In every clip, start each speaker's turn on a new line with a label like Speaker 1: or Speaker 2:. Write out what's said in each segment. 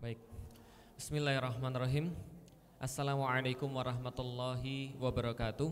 Speaker 1: Baik. Bismillahirrahmanirrahim. Assalamualaikum warahmatullahi wabarakatuh.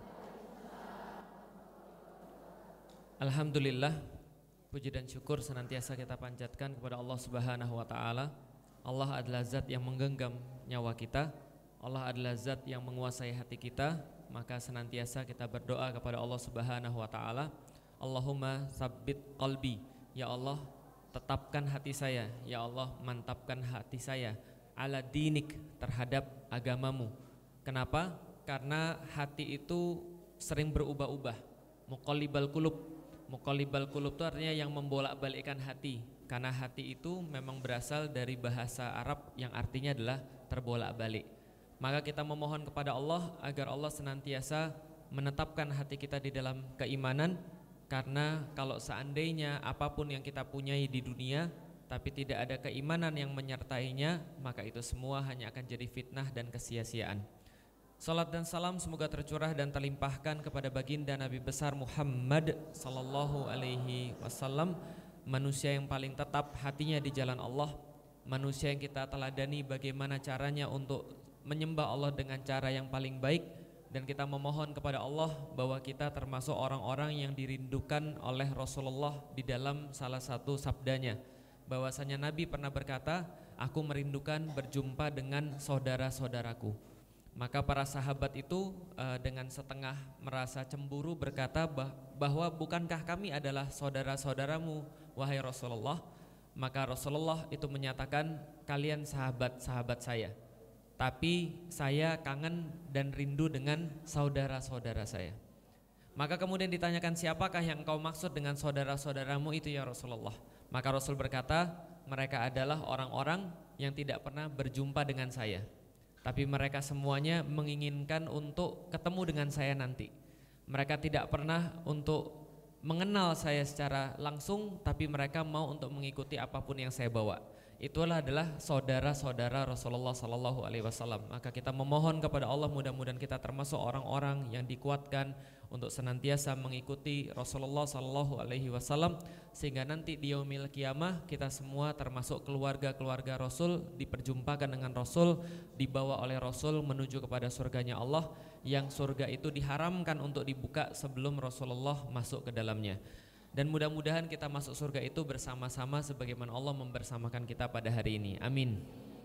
Speaker 1: Alhamdulillah, puji dan syukur senantiasa kita panjatkan kepada Allah Subhanahu wa taala. Allah adalah zat yang menggenggam nyawa kita. Allah adalah zat yang menguasai hati kita, maka senantiasa kita berdoa kepada Allah Subhanahu wa taala. Allahumma tsabbit qalbi, ya Allah, tetapkan hati saya, ya Allah, mantapkan hati saya ala dinik, terhadap agamamu. Kenapa? Karena hati itu sering berubah-ubah. Muqallibal qulub. Muqallibal qulub itu artinya yang membolak-balikkan hati. Karena hati itu memang berasal dari bahasa Arab yang artinya adalah terbolak-balik. Maka kita memohon kepada Allah agar Allah senantiasa menetapkan hati kita di dalam keimanan. Karena kalau seandainya apapun yang kita punyai di dunia tapi tidak ada keimanan yang menyertainya, maka itu semua hanya akan jadi fitnah dan kesia-siaan. Salat dan salam semoga tercurah dan terlimpahkan kepada baginda Nabi besar Muhammad sallallahu alaihi wasallam, manusia yang paling tetap hatinya di jalan Allah, manusia yang kita teladani bagaimana caranya untuk menyembah Allah dengan cara yang paling baik. Dan kita memohon kepada Allah bahwa kita termasuk orang-orang yang dirindukan oleh Rasulullah di dalam salah satu sabdanya, bahwasanya Nabi pernah berkata, aku merindukan berjumpa dengan saudara-saudaraku. Maka para sahabat itu dengan setengah merasa cemburu berkata bahwa bukankah kami adalah saudara-saudaramu wahai Rasulullah. Maka Rasulullah itu menyatakan, kalian sahabat-sahabat saya, tapi saya kangen dan rindu dengan saudara-saudara saya. Maka kemudian ditanyakan, siapakah yang engkau maksud dengan saudara-saudaramu itu ya Rasulullah? Maka Rasul berkata, mereka adalah orang-orang yang tidak pernah berjumpa dengan saya, tapi mereka semuanya menginginkan untuk ketemu dengan saya nanti. Mereka tidak pernah untuk mengenal saya secara langsung, tapi mereka mau untuk mengikuti apapun yang saya bawa. Itulah adalah saudara-saudara Rasulullah sallallahu alaihi wasallam. Maka kita memohon kepada Allah mudah-mudahan kita termasuk orang-orang yang dikuatkan untuk senantiasa mengikuti Rasulullah sallallahu alaihi wasallam, sehingga nanti di yaumil qiyamah kita semua termasuk keluarga-keluarga Rasul diperjumpakan dengan Rasul, dibawa oleh Rasul menuju kepada surganya Allah, yang surga itu diharamkan untuk dibuka sebelum Rasulullah masuk ke dalamnya. Dan mudah-mudahan kita masuk surga itu bersama-sama sebagaimana Allah membersamakan kita pada hari ini. Amin.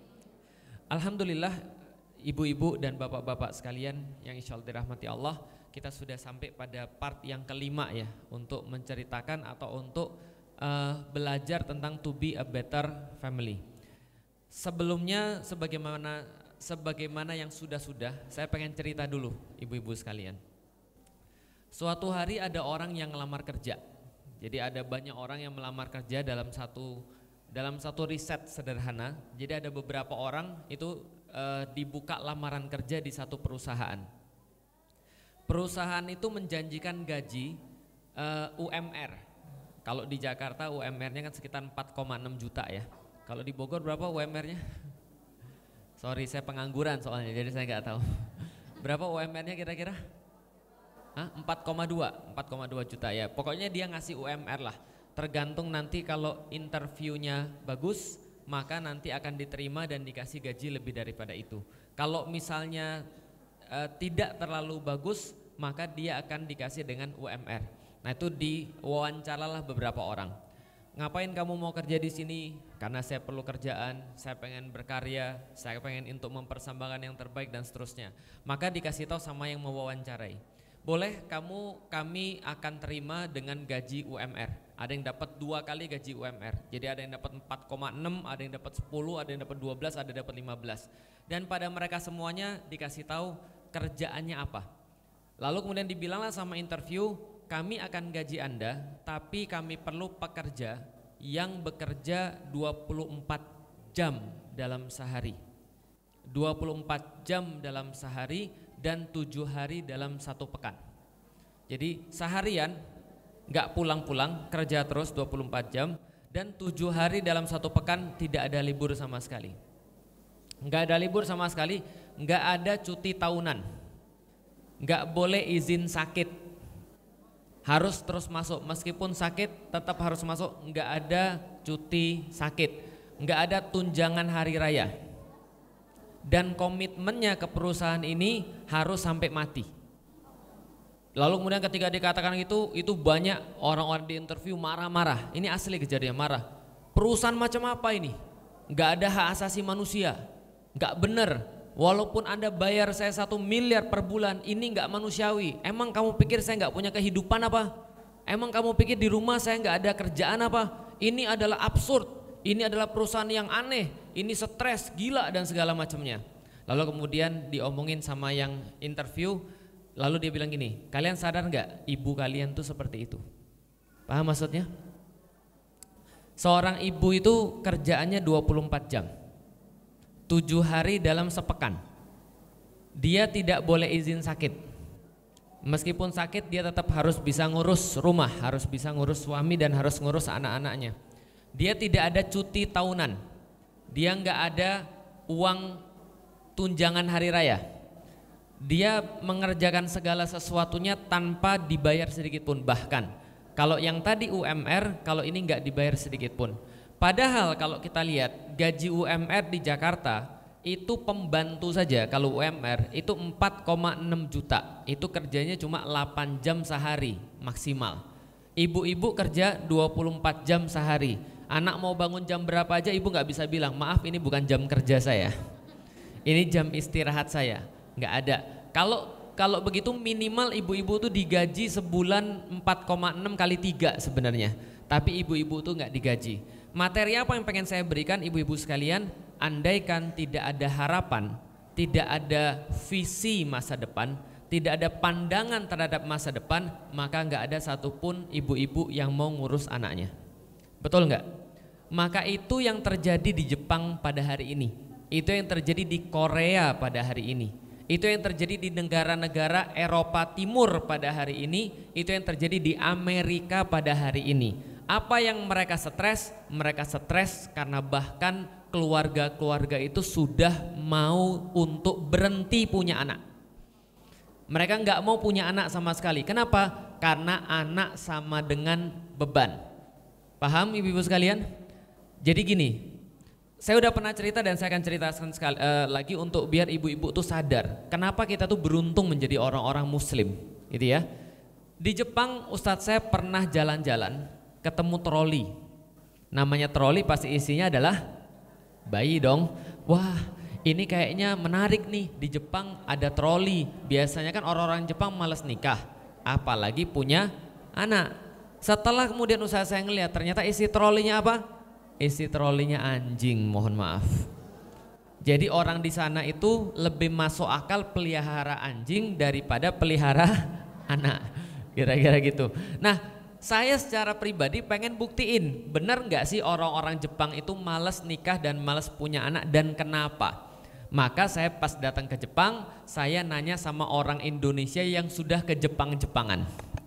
Speaker 1: Alhamdulillah, ibu-ibu dan bapak-bapak sekalian yang insya Allah dirahmati Allah, kita sudah sampai pada part yang kelima ya, untuk menceritakan atau untuk belajar tentang to be a better family. Sebelumnya sebagaimana yang sudah-sudah, saya pengen cerita dulu ibu-ibu sekalian. Suatu hari ada orang yang ngelamar kerja. Jadi ada banyak orang yang melamar kerja dalam satu riset sederhana. Jadi ada beberapa orang itu dibuka lamaran kerja di satu perusahaan. Perusahaan itu menjanjikan gaji UMR. Kalau di Jakarta UMR-nya kan sekitar 4,6 juta ya. Kalau di Bogor berapa UMR-nya? Sorry, saya pengangguran soalnya, jadi saya nggak tahu. Berapa UMR-nya kira-kira? 4,2 juta ya. Pokoknya dia ngasih UMR lah. Tergantung nanti kalau interviewnya bagus, maka nanti akan diterima dan dikasih gaji lebih daripada itu. Kalau misalnya tidak terlalu bagus, maka dia akan dikasih dengan UMR. Nah itu diwawancaralah beberapa orang. Ngapain kamu mau kerja di sini? Karena saya perlu kerjaan, saya pengen berkarya, saya pengen untuk mempersembahkan yang terbaik dan seterusnya. Maka dikasih tahu sama yang mewawancarai, boleh kami akan terima dengan gaji UMR. Ada yang dapat 2 kali gaji UMR. Jadi ada yang dapat 4,6, ada yang dapat 10, ada yang dapat 12, ada yang dapat 15. Dan pada mereka semuanya dikasih tahu kerjaannya apa. Lalu kemudian dibilanglah sama interview, kami akan gaji Anda, tapi kami perlu pekerja yang bekerja 24 jam dalam sehari. 24 jam dalam sehari dan 7 hari dalam 1 pekan. Jadi seharian gak pulang-pulang, kerja terus 24 jam, dan 7 hari dalam 1 pekan tidak ada libur sama sekali. Gak ada libur sama sekali, gak ada cuti tahunan, gak boleh izin sakit, harus terus masuk, meskipun sakit tetap harus masuk, gak ada cuti sakit. nggak ada tunjangan hari raya. Dan komitmennya ke perusahaan ini harus sampai mati. Lalu kemudian ketika dikatakan itu banyak orang-orang di interview marah-marah. Ini asli kejadian marah. Perusahaan macam apa ini? Nggak ada hak asasi manusia, nggak bener. Walaupun Anda bayar saya 1 miliar per bulan, ini nggak manusiawi. Emang kamu pikir saya nggak punya kehidupan apa? Emang kamu pikir di rumah saya nggak ada kerjaan apa? Ini adalah absurd. Ini adalah perusahaan yang aneh. Ini stres, gila dan segala macamnya. Lalu kemudian diomongin sama yang interview. Lalu dia bilang gini, kalian sadar nggak ibu kalian tuh seperti itu? Paham maksudnya? Seorang ibu itu kerjaannya 24 jam 7 hari dalam sepekan. Dia tidak boleh izin sakit. Meskipun sakit dia tetap harus bisa ngurus rumah, harus bisa ngurus suami dan harus ngurus anak-anaknya. Dia tidak ada cuti tahunan. Dia nggak ada uang tunjangan hari raya. Dia mengerjakan segala sesuatunya tanpa dibayar sedikit pun. Bahkan kalau yang tadi UMR, kalau ini nggak dibayar sedikit pun. Padahal kalau kita lihat gaji UMR di Jakarta itu pembantu saja, kalau UMR itu 4,6 juta. Itu kerjanya cuma 8 jam sehari maksimal. Ibu-ibu kerja 24 jam sehari. Anak mau bangun jam berapa aja ibu nggak bisa bilang, maaf ini bukan jam kerja saya, ini jam istirahat saya. Nggak ada. Kalau begitu minimal ibu-ibu tuh digaji sebulan 4,6 kali 3 sebenarnya. Tapi ibu-ibu tuh nggak digaji. Materi apa yang pengen saya berikan ibu-ibu sekalian? Andaikan tidak ada harapan, tidak ada visi masa depan, tidak ada pandangan terhadap masa depan, maka nggak ada satupun ibu-ibu yang mau ngurus anaknya. Betul nggak? Maka itu yang terjadi di Jepang pada hari ini. Itu yang terjadi di Korea pada hari ini. Itu yang terjadi di negara-negara Eropa Timur pada hari ini. Itu yang terjadi di Amerika pada hari ini. Apa yang mereka stres? Mereka stres karena bahkan keluarga-keluarga itu sudah mau untuk berhenti punya anak. Mereka nggak mau punya anak sama sekali. Kenapa? Karena anak sama dengan beban. Paham ibu-ibu sekalian? Jadi gini, saya udah pernah cerita dan saya akan ceritakan lagi untuk biar ibu-ibu tuh sadar kenapa kita tuh beruntung menjadi orang-orang muslim, gitu ya. Di Jepang Ustadz saya pernah jalan-jalan ketemu troli. Namanya troli pasti isinya adalah bayi dong. Wah, ini kayaknya menarik nih, di Jepang ada troli. Biasanya kan orang-orang Jepang malas nikah, apalagi punya anak. Setelah kemudian usaha saya ngeliat, ternyata isi trolinya apa? Isi trolinya anjing, mohon maaf. Jadi orang di sana itu lebih masuk akal pelihara anjing daripada pelihara anak, kira-kira gitu. Nah, saya secara pribadi pengen buktiin, benar nggak sih orang-orang Jepang itu malas nikah dan malas punya anak, dan kenapa? Maka saya pas datang ke Jepang, saya nanya sama orang Indonesia yang sudah ke Jepang-Jepangan.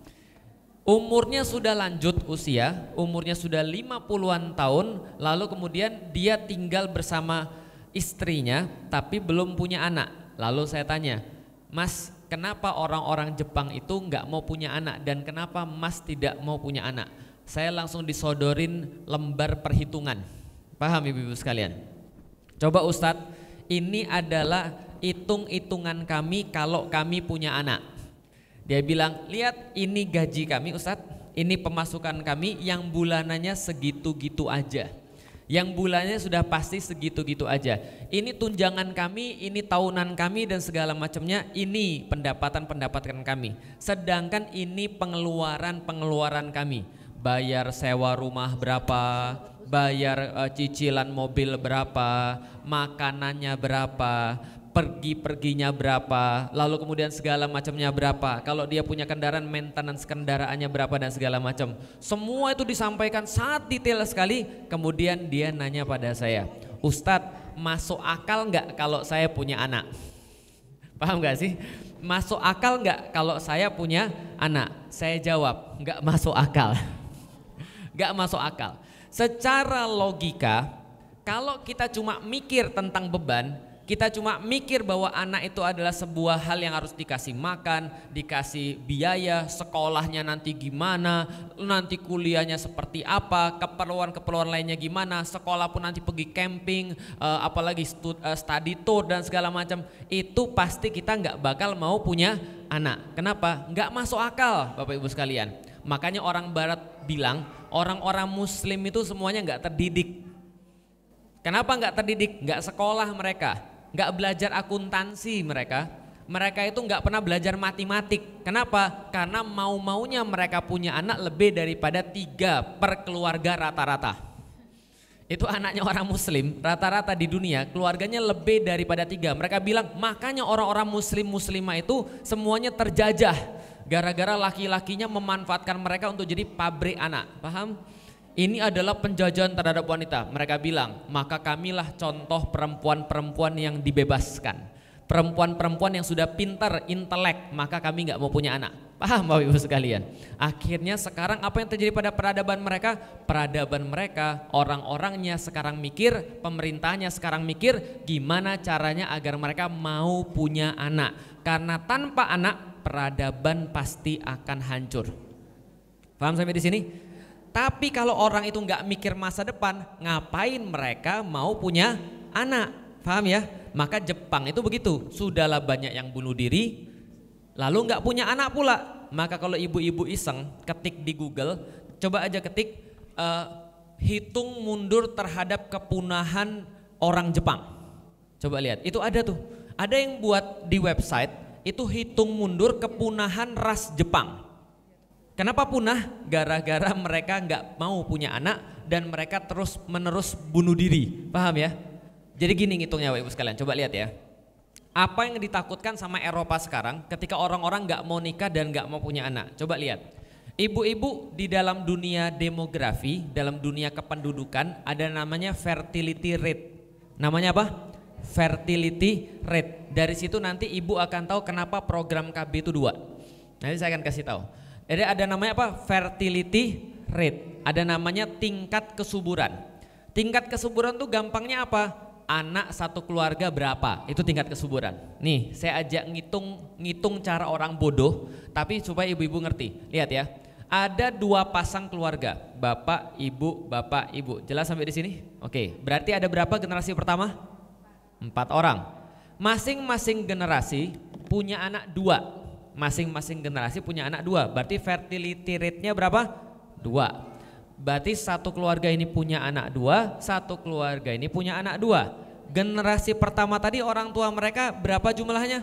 Speaker 1: Umurnya sudah lanjut usia, umurnya sudah 50-an tahun, lalu kemudian dia tinggal bersama istrinya tapi belum punya anak. Lalu saya tanya, Mas, kenapa orang-orang Jepang itu nggak mau punya anak dan kenapa Mas tidak mau punya anak? Saya langsung disodorin lembar perhitungan. Paham ibu-ibu sekalian? Coba Ustadz, ini adalah hitung-hitungan kami kalau kami punya anak. Dia bilang, lihat ini gaji kami Ustadz, ini pemasukan kami yang bulanannya segitu-gitu aja. Yang bulannya sudah pasti segitu-gitu aja. Ini tunjangan kami, ini tahunan kami dan segala macamnya, ini pendapatan kami. Sedangkan ini pengeluaran kami. Bayar sewa rumah berapa, bayar cicilan mobil berapa, makanannya berapa, pergi-perginya berapa, lalu kemudian segala macamnya berapa. Kalau dia punya kendaraan, maintenance kendaraannya berapa dan segala macam. Semua itu disampaikan sangat detail sekali. Kemudian dia nanya pada saya, Ustadz, masuk akal nggak kalau saya punya anak? Paham nggak sih? Masuk akal nggak kalau saya punya anak? Saya jawab, nggak masuk akal. Nggak masuk akal. Secara logika, kalau kita cuma mikir tentang beban, Kita cuma mikir bahwa anak itu adalah sebuah hal yang harus dikasih makan, dikasih biaya, sekolahnya nanti gimana, nanti kuliahnya seperti apa, keperluan-keperluan lainnya gimana, sekolah pun nanti pergi camping, apalagi study tour dan segala macam. Itu pasti kita nggak bakal mau punya anak. Kenapa? Nggak masuk akal, Bapak Ibu sekalian. Makanya orang Barat bilang orang-orang Muslim itu semuanya nggak terdidik. Kenapa nggak terdidik? Nggak sekolah mereka. Nggak belajar akuntansi mereka itu nggak pernah belajar matematik. Kenapa? Karena mau-maunya mereka punya anak lebih daripada 3 per keluarga rata-rata. Itu anaknya orang muslim rata-rata di dunia keluarganya lebih daripada 3. Mereka bilang makanya orang-orang muslimah itu semuanya terjajah gara-gara laki-lakinya memanfaatkan mereka untuk jadi pabrik anak. Paham? Ini adalah penjajahan terhadap wanita. Mereka bilang, maka kamilah contoh perempuan-perempuan yang dibebaskan. Perempuan-perempuan yang sudah pintar, intelek, maka kami nggak mau punya anak. Paham Bapak Ibu sekalian? Akhirnya sekarang apa yang terjadi pada peradaban mereka? Peradaban mereka, orang-orangnya sekarang mikir, pemerintahnya sekarang mikir gimana caranya agar mereka mau punya anak. Karena tanpa anak, peradaban pasti akan hancur. Paham sampai di sini? Tapi kalau orang itu nggak mikir masa depan, ngapain mereka mau punya anak? Paham ya? Maka Jepang itu begitu, sudahlah banyak yang bunuh diri, lalu nggak punya anak pula. Maka kalau ibu-ibu iseng, ketik di Google, coba aja ketik hitung mundur terhadap kepunahan orang Jepang. Coba lihat, itu ada tuh. Ada yang buat di website, itu hitung mundur kepunahan ras Jepang. Kenapa punah? Gara-gara mereka nggak mau punya anak dan mereka terus menerus bunuh diri. Paham ya? Jadi gini ngitungnya Bapak Ibu sekalian, coba lihat ya. Apa yang ditakutkan sama Eropa sekarang ketika orang-orang nggak mau nikah dan nggak mau punya anak? Coba lihat. Ibu-ibu di dalam dunia demografi, dalam dunia kependudukan ada namanya fertility rate. Namanya apa? Fertility rate. Dari situ nanti ibu akan tahu kenapa program KB itu 2. Nanti saya akan kasih tahu. Jadi ada namanya apa? Fertility rate. Ada namanya tingkat kesuburan. Tingkat kesuburan tuh gampangnya apa? Anak satu keluarga berapa? Itu tingkat kesuburan. Nih, saya ajak ngitung cara orang bodoh, tapi supaya ibu-ibu ngerti. Lihat ya. Ada 2 pasang keluarga, bapak, ibu. Jelas sampai di sini? Oke, berarti ada berapa generasi pertama? 4 orang. Masing-masing generasi punya anak 2. Masing-masing generasi punya anak 2. Berarti fertility rate-nya berapa? 2. Berarti satu keluarga ini punya anak 2, satu keluarga ini punya anak 2. Generasi pertama tadi orang tua mereka berapa jumlahnya?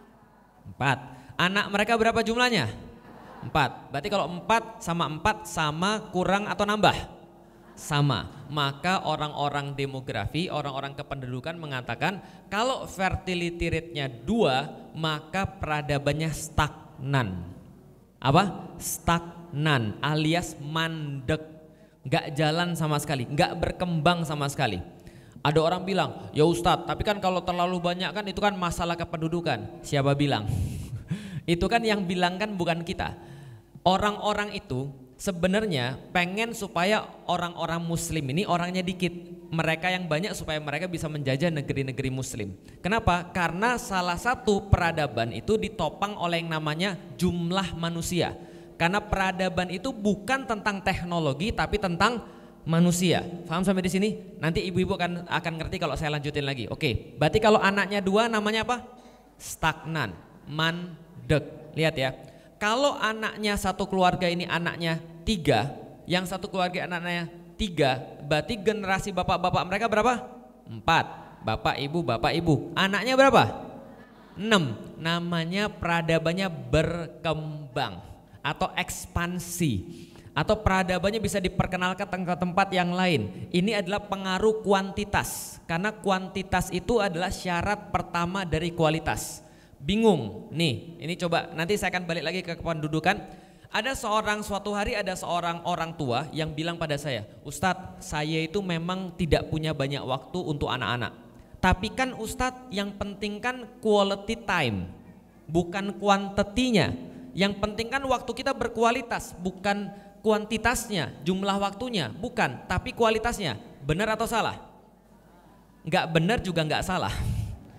Speaker 1: 4. Anak mereka berapa jumlahnya? 4. Berarti kalau 4 sama kurang atau nambah? Sama. Maka orang-orang demografi, orang-orang kependudukan mengatakan kalau fertility rate-nya 2, maka peradabannya stagnan. Apa? Stagnan alias mandek, gak jalan sama sekali, gak berkembang sama sekali. Ada orang bilang, ya Ustadz, tapi kan kalau terlalu banyak kan itu kan masalah kependudukan. Siapa bilang? Itu kan yang bilang kan bukan kita. Orang-orang itu sebenarnya pengen supaya orang-orang muslim ini orangnya dikit, mereka yang banyak supaya mereka bisa menjajah negeri-negeri muslim. Kenapa? Karena salah satu peradaban itu ditopang oleh yang namanya jumlah manusia. Karena peradaban itu bukan tentang teknologi tapi tentang manusia. Paham sampai di sini? Nanti ibu-ibu akan ngerti kalau saya lanjutin lagi. Oke, berarti kalau anaknya 2 namanya apa? Stagnan, mandek. Lihat ya. Kalau anaknya satu keluarga ini anaknya 3, yang satu keluarga anaknya 3, berarti generasi bapak-bapak mereka berapa? 4. Bapak ibu. Anaknya berapa? 6. Namanya peradabannya berkembang atau ekspansi. Atau peradabannya bisa diperkenalkan ke tempat yang lain. Ini adalah pengaruh kuantitas. Karena kuantitas itu adalah syarat pertama dari kualitas. Bingung nih, ini coba nanti saya akan balik lagi ke kependudukan. Ada suatu hari ada seorang orang tua yang bilang pada saya, Ustadz, saya itu memang tidak punya banyak waktu untuk anak-anak. Tapi kan Ustadz, yang penting kan quality time, bukan kuantitinya. Yang penting kan waktu kita berkualitas, bukan kuantitasnya, jumlah waktunya, bukan, tapi kualitasnya. Benar atau salah? Nggak benar juga nggak salah.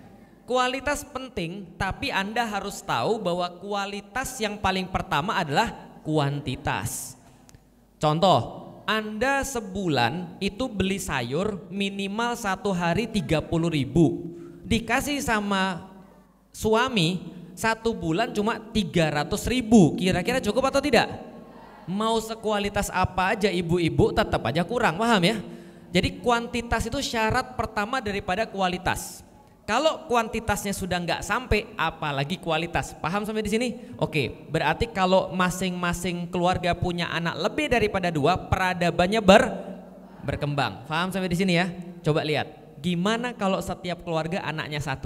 Speaker 1: Kualitas penting, tapi Anda harus tahu bahwa kualitas yang paling pertama adalah kuantitas. Contoh, Anda sebulan itu beli sayur minimal 1 hari 30.000, dikasih sama suami 1 bulan cuma 300.000, kira-kira cukup atau tidak? Mau sekualitas apa aja ibu-ibu tetap aja kurang, paham ya? Jadi kuantitas itu syarat pertama daripada kualitas. Kalau kuantitasnya sudah nggak sampai, apalagi kualitas. Paham sampai di sini? Oke, berarti kalau masing-masing keluarga punya anak lebih daripada 2, peradabannya berkembang. Paham sampai di sini ya? Coba lihat, gimana kalau setiap keluarga anaknya 1?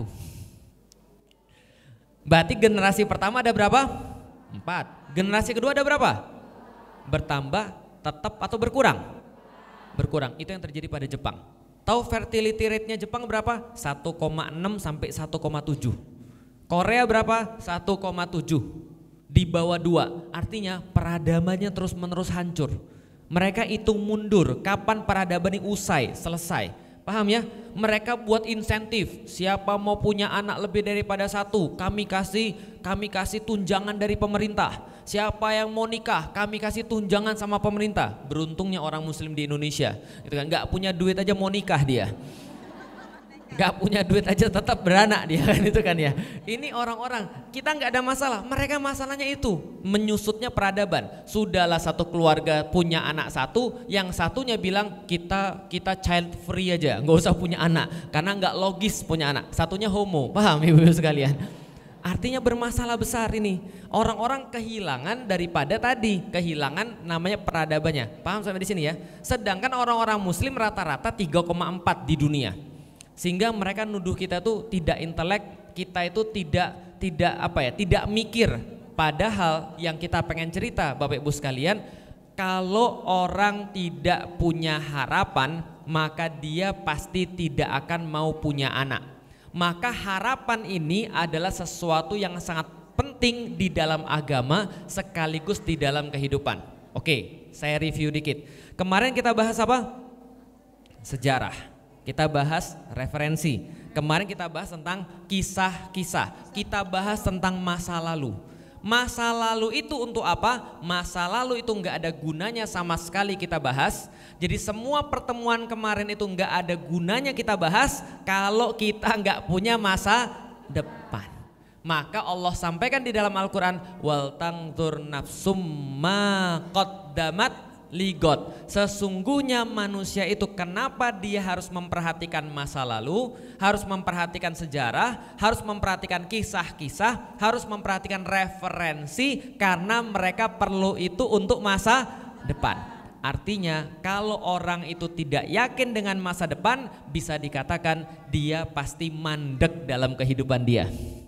Speaker 1: Berarti generasi pertama ada berapa? 4. Generasi kedua ada berapa? Bertambah, tetap atau berkurang? Berkurang. Itu yang terjadi pada Jepang. Tahu fertility rate-nya Jepang berapa? 1,6 sampai 1,7. Korea berapa? 1,7. Di bawah 2. Artinya peradabannya terus-menerus hancur. Mereka hitung mundur kapan peradaban ini usai, selesai. Paham ya? Mereka buat insentif. Siapa mau punya anak lebih daripada 1, kami kasih tunjangan dari pemerintah. Siapa yang mau nikah, kami kasih tunjangan sama pemerintah. Beruntungnya orang muslim di Indonesia, gitu kan, nggak punya duit aja mau nikah dia, nggak punya duit aja tetap beranak dia kan, itu kan ya. Ini orang-orang kita nggak ada masalah, mereka masalahnya itu menyusutnya peradaban. Sudahlah satu keluarga punya anak 1, yang satunya bilang kita child free aja, nggak usah punya anak karena nggak logis punya anak. Satunya homo, paham ibu-ibu sekalian? Artinya bermasalah besar ini. Orang-orang kehilangan daripada tadi, kehilangan namanya peradabannya. Paham sampai di sini ya? Sedangkan orang-orang muslim rata-rata 3,4 di dunia. Sehingga mereka nuduh kita tuh tidak intelek, kita itu tidak mikir. Padahal yang kita pengen cerita Bapak Ibu sekalian, kalau orang tidak punya harapan, maka dia pasti tidak akan mau punya anak. Maka harapan ini adalah sesuatu yang sangat penting di dalam agama sekaligus di dalam kehidupan. Oke, saya review dikit. Kemarin kita bahas apa? Sejarah. Kita bahas referensi. Kemarin kita bahas tentang kisah-kisah. Kita bahas tentang masa lalu. Masa lalu itu untuk apa? Masa lalu itu nggak ada gunanya sama sekali kita bahas. Jadi semua pertemuan kemarin itu nggak ada gunanya kita bahas kalau kita nggak punya masa depan. Maka Allah sampaikan di dalam Al-Quran, wal tangtur nafsum ma qaddamat ligot. Sesungguhnya manusia itu kenapa dia harus memperhatikan masa lalu, harus memperhatikan sejarah, harus memperhatikan kisah-kisah, harus memperhatikan referensi, karena mereka perlu itu untuk masa depan. Artinya kalau orang itu tidak yakin dengan masa depan, bisa dikatakan dia pasti mandek dalam kehidupan dia.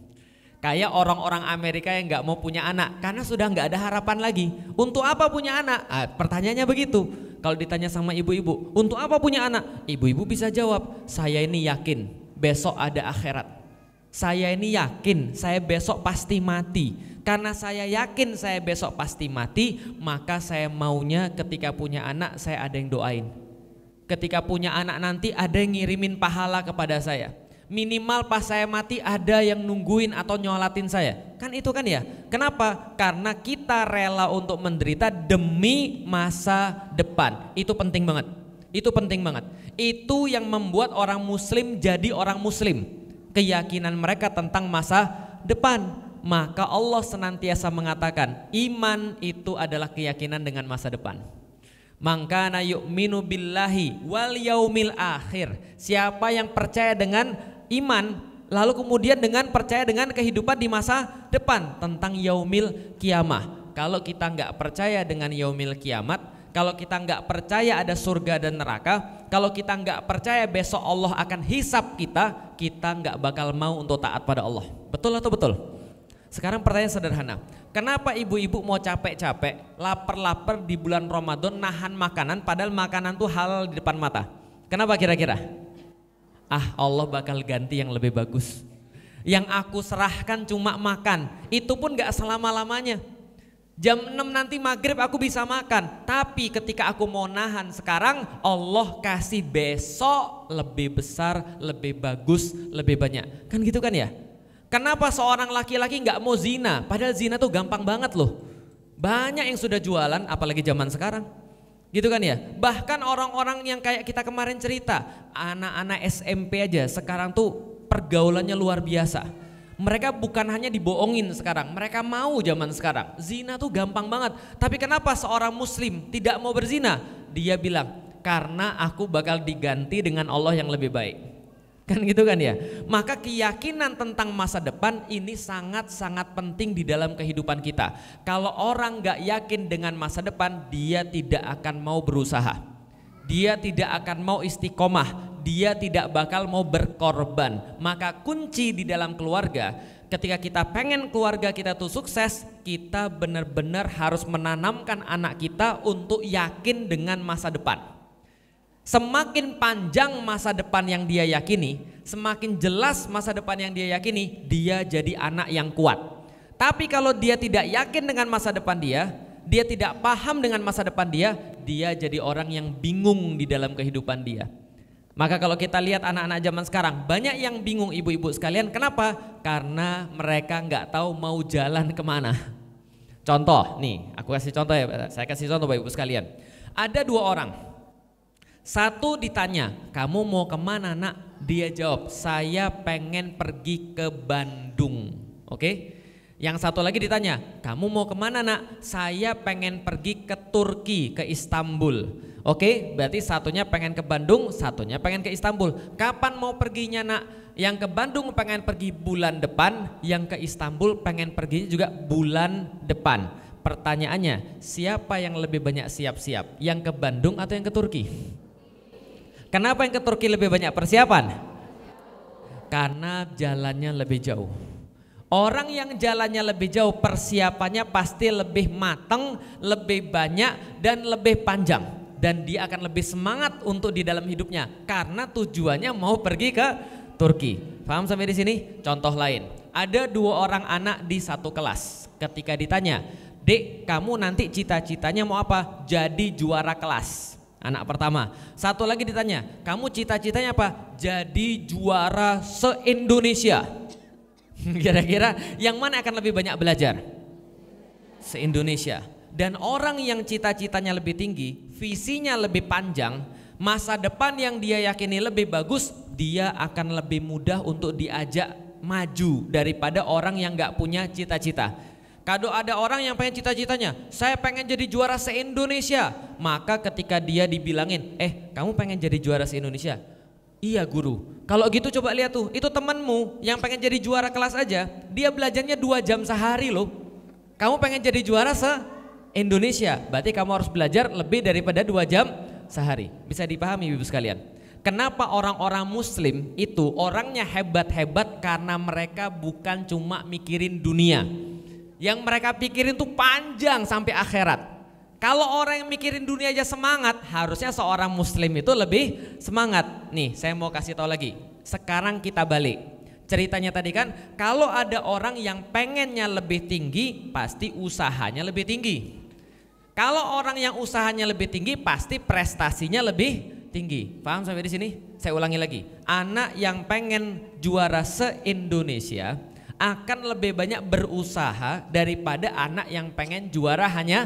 Speaker 1: Kayak orang-orang Amerika yang nggak mau punya anak karena sudah nggak ada harapan lagi. Untuk apa punya anak? Pertanyaannya begitu. Kalau ditanya sama ibu-ibu, untuk apa punya anak? Ibu-ibu bisa jawab, saya ini yakin besok ada akhirat. Saya ini yakin saya besok pasti mati. Karena saya yakin saya besok pasti mati, maka saya maunya ketika punya anak saya ada yang doain. Ketika punya anak nanti ada yang ngirimin pahala kepada saya. Minimal pas saya mati ada yang nungguin atau nyolatin saya. Kan itu kan ya. Kenapa? Karena kita rela untuk menderita demi masa depan. Itu penting banget. Itu penting banget. Itu yang membuat orang muslim jadi orang muslim. Keyakinan mereka tentang masa depan. Maka Allah senantiasa mengatakan iman itu adalah keyakinan dengan masa depan. Mangkana yu'minu billahi wal yaumil akhir. Siapa yang percaya dengan iman lalu kemudian dengan percaya dengan kehidupan di masa depan tentang yaumil kiamah. Kalau kita nggak percaya dengan yaumil kiamat, kalau kita nggak percaya ada surga dan neraka, kalau kita nggak percaya besok Allah akan hisap kita nggak bakal mau untuk taat pada Allah. Betul atau betul? Sekarang pertanyaan sederhana, kenapa ibu-ibu mau capek-capek, lapar-lapar di bulan Ramadan nahan makanan padahal makanan tuh halal di depan mata? Kenapa kira-kira? Allah bakal ganti yang lebih bagus. Yang aku serahkan cuma makan, itu pun gak selama-lamanya. Jam 6 nanti maghrib aku bisa makan. Tapi ketika aku mau nahan sekarang, Allah kasih besok lebih besar, lebih bagus, lebih banyak. Kan gitu kan ya? Kenapa seorang laki-laki gak mau zina? Padahal zina tuh gampang banget loh. Banyak yang sudah jualan, apalagi zaman sekarang. Gitu kan ya? Bahkan orang-orang yang kayak kita kemarin cerita, anak-anak SMP aja sekarang tuh pergaulannya luar biasa. Mereka bukan hanya dibohongin sekarang, mereka mau zaman sekarang. Zina tuh gampang banget. Tapi kenapa seorang muslim tidak mau berzina? Dia bilang, karena aku bakal diganti dengan Allah yang lebih baik. Kan gitu kan ya? Maka keyakinan tentang masa depan ini sangat-sangat penting di dalam kehidupan kita. Kalau orang gak yakin dengan masa depan, dia tidak akan mau berusaha. Dia tidak akan mau istiqomah. Dia tidak bakal mau berkorban. Maka kunci di dalam keluarga, ketika kita pengen keluarga kita tuh sukses, kita benar-benar harus menanamkan anak kita untuk yakin dengan masa depan. Semakin panjang masa depan yang dia yakini, semakin jelas masa depan yang dia yakini, dia jadi anak yang kuat. Tapi kalau dia tidak yakin dengan masa depan dia tidak paham dengan masa depan dia jadi orang yang bingung di dalam kehidupan dia. Maka kalau kita lihat anak-anak zaman sekarang, banyak yang bingung ibu-ibu sekalian. Kenapa? Karena mereka nggak tahu mau jalan kemana. Contoh, nih aku kasih contoh ya, saya kasih contoh Bapak Ibu sekalian. Ada dua orang, satu ditanya, kamu mau kemana nak? Dia jawab, saya pengen pergi ke Bandung. Oke? Yang satu lagi ditanya, kamu mau kemana nak? Saya pengen pergi ke Turki, ke Istanbul. Oke, berarti satunya pengen ke Bandung, satunya pengen ke Istanbul. Kapan mau perginya nak? Yang ke Bandung pengen pergi bulan depan, yang ke Istanbul pengen pergi juga bulan depan. Pertanyaannya, siapa yang lebih banyak siap-siap? Yang ke Bandung atau yang ke Turki? Kenapa yang ke Turki lebih banyak persiapan? Karena jalannya lebih jauh. Orang yang jalannya lebih jauh persiapannya pasti lebih matang, lebih banyak dan lebih panjang. Dan dia akan lebih semangat untuk di dalam hidupnya karena tujuannya mau pergi ke Turki. Paham sampai di sini? Contoh lain, ada dua orang anak di satu kelas. Ketika ditanya, dek kamu nanti cita-citanya mau apa? Jadi juara kelas. Anak pertama. Satu lagi ditanya, kamu cita-citanya apa? Jadi juara se-Indonesia. Kira-kira yang mana akan lebih banyak belajar? Se-Indonesia. Dan orang yang cita-citanya lebih tinggi, visinya lebih panjang, masa depan yang dia yakini lebih bagus, dia akan lebih mudah untuk diajak maju daripada orang yang gak punya cita-cita. Kalau ada orang yang pengen cita-citanya, saya pengen jadi juara se-Indonesia, maka ketika dia dibilangin, kamu pengen jadi juara se-Indonesia? Iya guru. Kalau gitu coba lihat tuh, itu temanmu yang pengen jadi juara kelas aja, dia belajarnya 2 jam sehari loh. Kamu pengen jadi juara se-Indonesia, berarti kamu harus belajar lebih daripada 2 jam sehari. Bisa dipahami Ibu sekalian? Kenapa orang-orang muslim itu orangnya hebat-hebat? Karena mereka bukan cuma mikirin dunia. Yang mereka pikirin tuh panjang sampai akhirat. Kalau orang yang mikirin dunia aja semangat, harusnya seorang muslim itu lebih semangat. Nih saya mau kasih tahu lagi, sekarang kita balik. Ceritanya tadi kan, kalau ada orang yang pengennya lebih tinggi, pasti usahanya lebih tinggi. Kalau orang yang usahanya lebih tinggi, pasti prestasinya lebih tinggi. Paham sampai di sini? Saya ulangi lagi. Anak yang pengen juara se-Indonesia akan lebih banyak berusaha daripada anak yang pengen juara hanya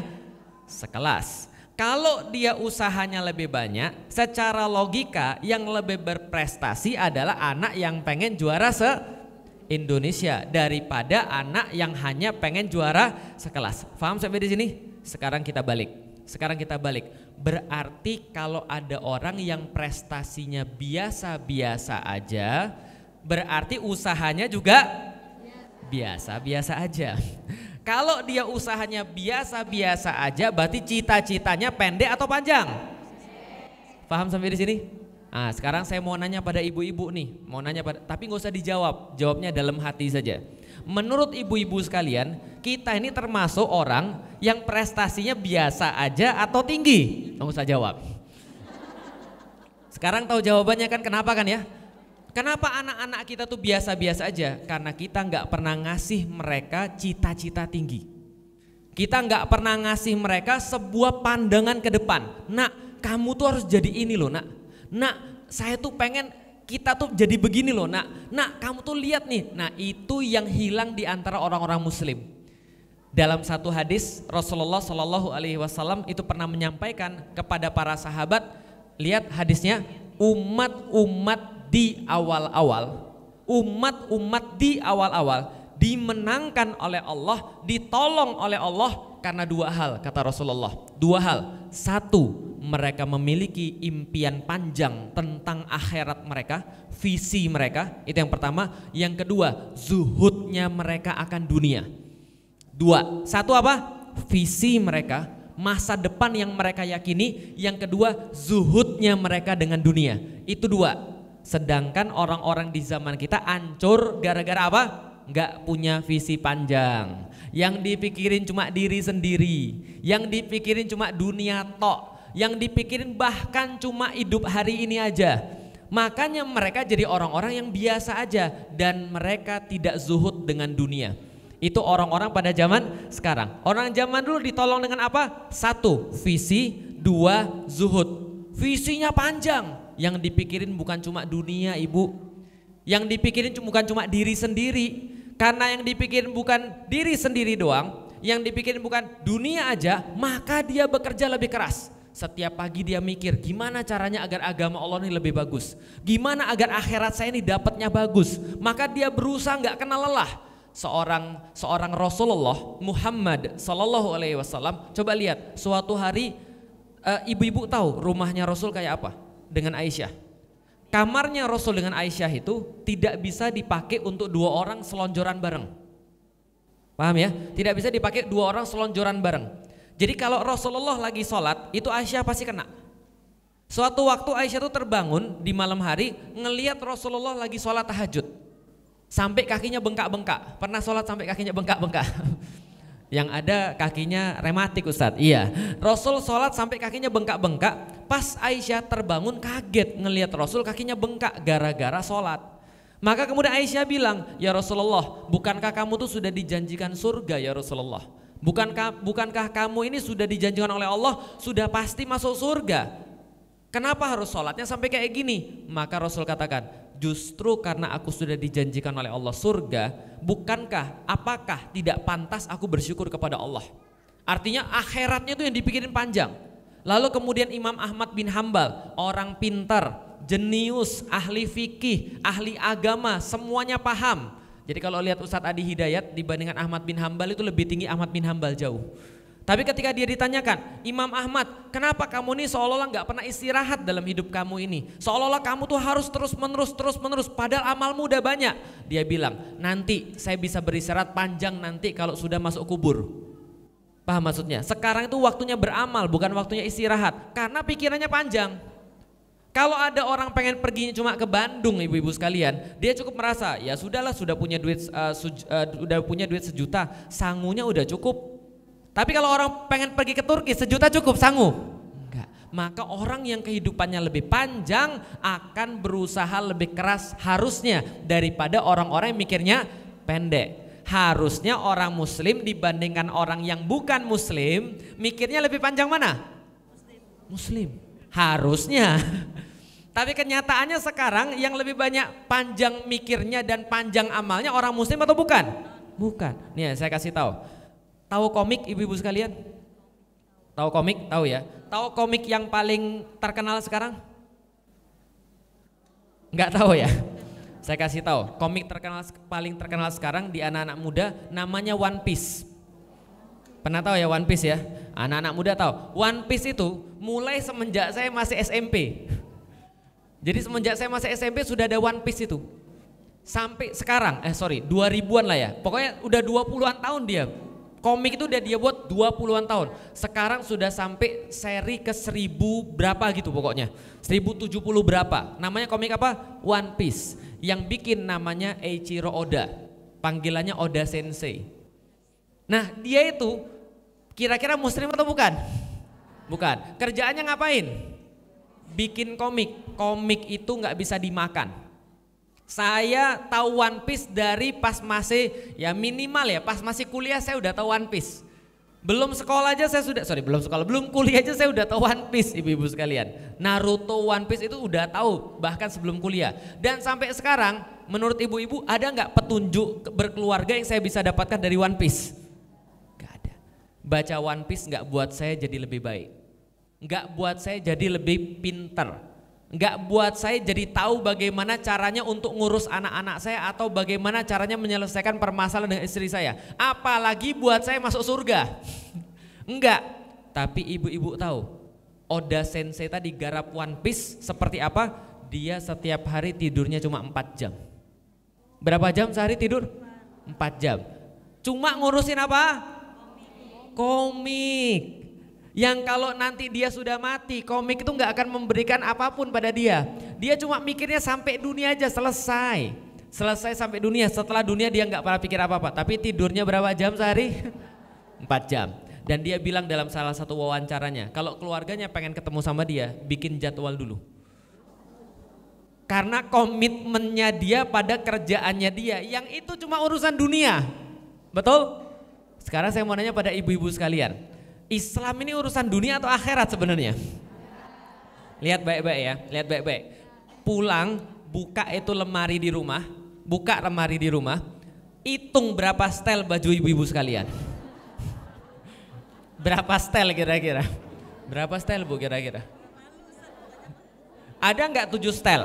Speaker 1: sekelas. Kalau dia usahanya lebih banyak, secara logika yang lebih berprestasi adalah anak yang pengen juara se-Indonesia daripada anak yang hanya pengen juara sekelas. Paham sampai di sini? Sekarang kita balik. Berarti kalau ada orang yang prestasinya biasa-biasa aja, berarti usahanya juga biasa-biasa aja. Kalau dia usahanya biasa-biasa aja, berarti cita-citanya pendek atau panjang? Paham sampai di sini? Nah, sekarang saya mau nanya pada ibu-ibu nih, tapi nggak usah dijawab, jawabnya dalam hati saja. Menurut ibu-ibu sekalian, kita ini termasuk orang yang prestasinya biasa aja atau tinggi? Nggak usah jawab. Sekarang tahu jawabannya kan, kenapa kan ya? Kenapa anak-anak kita tuh biasa-biasa aja? Karena kita nggak pernah ngasih mereka cita-cita tinggi. Kita nggak pernah ngasih mereka sebuah pandangan ke depan. Nak, kamu tuh harus jadi ini loh nak. Nak, saya tuh pengen kita tuh jadi begini loh nak. Nak, kamu tuh lihat nih. Nah, itu yang hilang di antara orang-orang muslim. Dalam satu hadis Rasulullah Shallallahu Alaihi Wasallam itu pernah menyampaikan kepada para sahabat, lihat hadisnya, umat-umat di awal-awal, dimenangkan oleh Allah, ditolong oleh Allah karena dua hal, kata Rasulullah. Dua hal. Satu, mereka memiliki impian panjang tentang akhirat mereka, visi mereka, itu yang pertama. Yang kedua, zuhudnya mereka akan dunia. Dua. Satu apa? Visi mereka, masa depan yang mereka yakini. Yang kedua, zuhudnya mereka dengan dunia. Itu dua. Sedangkan orang-orang di zaman kita hancur gara-gara apa? Nggak punya visi panjang. Yang dipikirin cuma diri sendiri, yang dipikirin cuma dunia tok, yang dipikirin bahkan cuma hidup hari ini aja. Makanya mereka jadi orang-orang yang biasa aja dan mereka tidak zuhud dengan dunia. Itu orang-orang pada zaman sekarang. Orang zaman dulu ditolong dengan apa? Satu, visi. Dua, zuhud. Visinya panjang, yang dipikirin bukan cuma dunia ibu, yang dipikirin bukan cuma diri sendiri. Karena yang dipikirin bukan diri sendiri doang, yang dipikirin bukan dunia aja, maka dia bekerja lebih keras. Setiap pagi dia mikir gimana caranya agar agama Allah ini lebih bagus, gimana agar akhirat saya ini dapatnya bagus. Maka dia berusaha nggak kenal lelah. Seorang Rasulullah Muhammad Sallallahu Alaihi Wasallam, coba lihat suatu hari, ibu-ibu tahu rumahnya Rasul kayak apa? Dengan Aisyah. Kamarnya Rasul dengan Aisyah itu tidak bisa dipakai untuk dua orang selonjoran bareng. Paham ya? Tidak bisa dipakai dua orang selonjoran bareng. Jadi kalau Rasulullah lagi sholat, itu Aisyah pasti kena. Suatu waktu Aisyah itu terbangun di malam hari, ngelihat Rasulullah lagi sholat tahajud, sampai kakinya bengkak-bengkak. Pernah sholat sampai kakinya bengkak-bengkak? Yang ada kakinya rematik Ustadz. Iya, Rasul sholat sampai kakinya bengkak-bengkak. Pas Aisyah terbangun kaget ngelihat Rasul kakinya bengkak gara-gara sholat. Maka kemudian Aisyah bilang, ya Rasulullah, bukankah kamu tuh sudah dijanjikan surga ya Rasulullah? Bukankah kamu ini sudah dijanjikan oleh Allah, sudah pasti masuk surga? Kenapa harus sholatnya sampai kayak gini? Maka Rasul katakan, justru karena aku sudah dijanjikan oleh Allah surga, apakah tidak pantas aku bersyukur kepada Allah? Artinya akhiratnya itu yang dipikirin panjang. Lalu kemudian Imam Ahmad bin Hambal, orang pintar, jenius, ahli fikih, ahli agama, semuanya paham. Jadi kalau lihat Ustadz Adi Hidayat dibandingkan Ahmad bin Hambal itu lebih tinggi Ahmad bin Hambal jauh. Tapi ketika dia ditanyakan, Imam Ahmad, kenapa kamu ini seolah-olah gak pernah istirahat dalam hidup kamu ini? Seolah-olah kamu tuh harus terus menerus, padahal amalmu udah banyak. Dia bilang, nanti saya bisa beristirahat panjang nanti kalau sudah masuk kubur. Paham maksudnya? Sekarang itu waktunya beramal, bukan waktunya istirahat. Karena pikirannya panjang. Kalau ada orang pengen pergi cuma ke Bandung, ibu-ibu sekalian, dia cukup merasa, ya sudahlah, sudah punya duit 1 juta, sangunya udah cukup. Tapi kalau orang pengen pergi ke Turki 1 juta cukup sangu? Enggak. Maka orang yang kehidupannya lebih panjang akan berusaha lebih keras harusnya daripada orang-orang yang mikirnya pendek. Harusnya orang muslim dibandingkan orang yang bukan muslim mikirnya lebih panjang mana? Muslim. Harusnya. Tapi kenyataannya sekarang yang lebih banyak panjang mikirnya dan panjang amalnya orang muslim atau bukan? Bukan. Nih saya kasih tahu. Tahu komik ibu-ibu sekalian? Tahu komik? Tahu ya? Tahu komik yang paling terkenal sekarang? Enggak tahu ya? Saya kasih tahu. Komik paling terkenal sekarang di anak-anak muda namanya One Piece. Pernah tahu ya One Piece ya? Anak-anak muda tahu. One Piece itu mulai semenjak saya masih SMP. Jadi semenjak saya masih SMP sudah ada One Piece itu. Sampai sekarang, 2000-an lah ya. Pokoknya udah 20-an tahun dia. Komik itu udah dia buat 20-an tahun. Sekarang sudah sampai seri ke 1000 berapa gitu pokoknya. 1070 berapa. Namanya komik apa? One Piece. Yang bikin namanya Eiichiro Oda. Panggilannya Oda Sensei. Nah dia itu kira-kira muslim atau bukan? Bukan. Kerjaannya ngapain? Bikin komik. Komik itu nggak bisa dimakan. Saya tahu One Piece dari pas masih ya minimal ya pas masih kuliah saya udah tahu One Piece. Belum sekolah aja saya sudah, belum kuliah aja saya udah tahu One Piece, ibu-ibu sekalian. Naruto, One Piece itu udah tahu bahkan sebelum kuliah. Dan sampai sekarang menurut ibu-ibu ada nggak petunjuk berkeluarga yang saya bisa dapatkan dari One Piece? Gak ada. Baca One Piece nggak buat saya jadi lebih baik, nggak buat saya jadi lebih pinter, nggak buat saya jadi tahu bagaimana caranya untuk ngurus anak-anak saya atau bagaimana caranya menyelesaikan permasalahan dengan istri saya, apalagi buat saya masuk surga. Enggak. Tapi ibu-ibu tahu Oda Sensei tadi garap One Piece seperti apa? Dia setiap hari tidurnya cuma 4 jam. Berapa jam sehari tidur? 4 jam. Cuma ngurusin apa? Komik. Yang kalau nanti dia sudah mati, komik itu nggak akan memberikan apapun pada dia. Dia cuma mikirnya sampai dunia aja, selesai sampai dunia. Setelah dunia dia nggak pernah pikir apa-apa. Tapi tidurnya berapa jam sehari? 4 jam. Dan dia bilang dalam salah satu wawancaranya, kalau keluarganya pengen ketemu sama dia, bikin jadwal dulu. Karena komitmennya dia pada kerjaannya dia, yang itu cuma urusan dunia. Betul? Sekarang saya mau nanya pada ibu-ibu sekalian, Islam ini urusan dunia atau akhirat sebenarnya? Lihat baik-baik ya, lihat baik-baik. Pulang, buka itu lemari di rumah, hitung berapa setel baju ibu-ibu sekalian. Berapa setel kira-kira? Berapa setel bu kira-kira? Ada nggak 7 setel?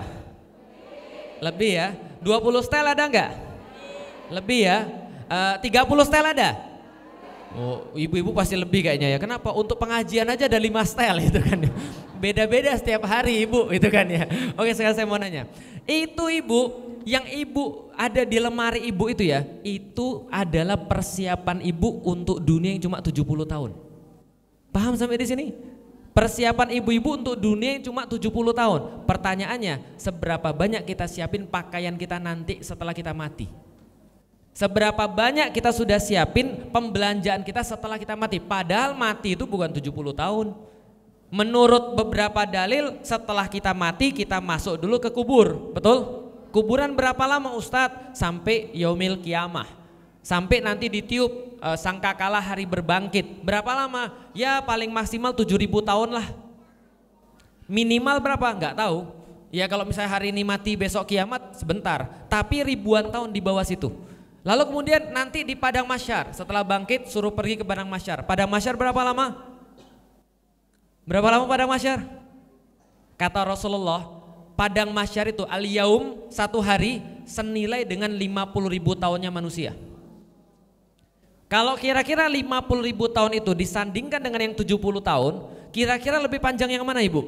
Speaker 1: Lebih ya? 20 setel ada nggak? Lebih ya? 30 setel ada? Oh, ibu-ibu pasti lebih kayaknya ya. Kenapa? Untuk pengajian aja ada 5 setel itu kan. Beda-beda setiap hari ibu itu kan ya. Oke, sekarang saya mau nanya. Itu ibu, yang ibu ada di lemari ibu itu ya, itu adalah persiapan ibu untuk dunia yang cuma 70 tahun. Paham sampai di sini? Persiapan ibu-ibu untuk dunia yang cuma 70 tahun. Pertanyaannya, seberapa banyak kita siapin pakaian kita nanti setelah kita mati? Seberapa banyak kita sudah siapin pembelanjaan kita setelah kita mati? Padahal mati itu bukan 70 tahun. Menurut beberapa dalil setelah kita mati kita masuk dulu ke kubur. Betul? Kuburan berapa lama Ustadz? Sampai yaumil kiamah. Sampai nanti ditiup sangkakala hari berbangkit. Berapa lama? Ya paling maksimal 7.000 tahun lah. Minimal berapa? Enggak tahu. Ya kalau misalnya hari ini mati besok kiamat sebentar. Tapi ribuan tahun di bawah situ. Lalu kemudian nanti di padang mahsyar, setelah bangkit suruh pergi ke padang mahsyar. Padang mahsyar berapa lama? Berapa lama padang mahsyar? Kata Rasulullah, padang mahsyar itu al-yaum, 1 hari senilai dengan 50.000 tahunnya manusia. Kalau kira-kira 50.000 tahun itu disandingkan dengan yang 70 tahun, kira-kira lebih panjang yang mana ibu?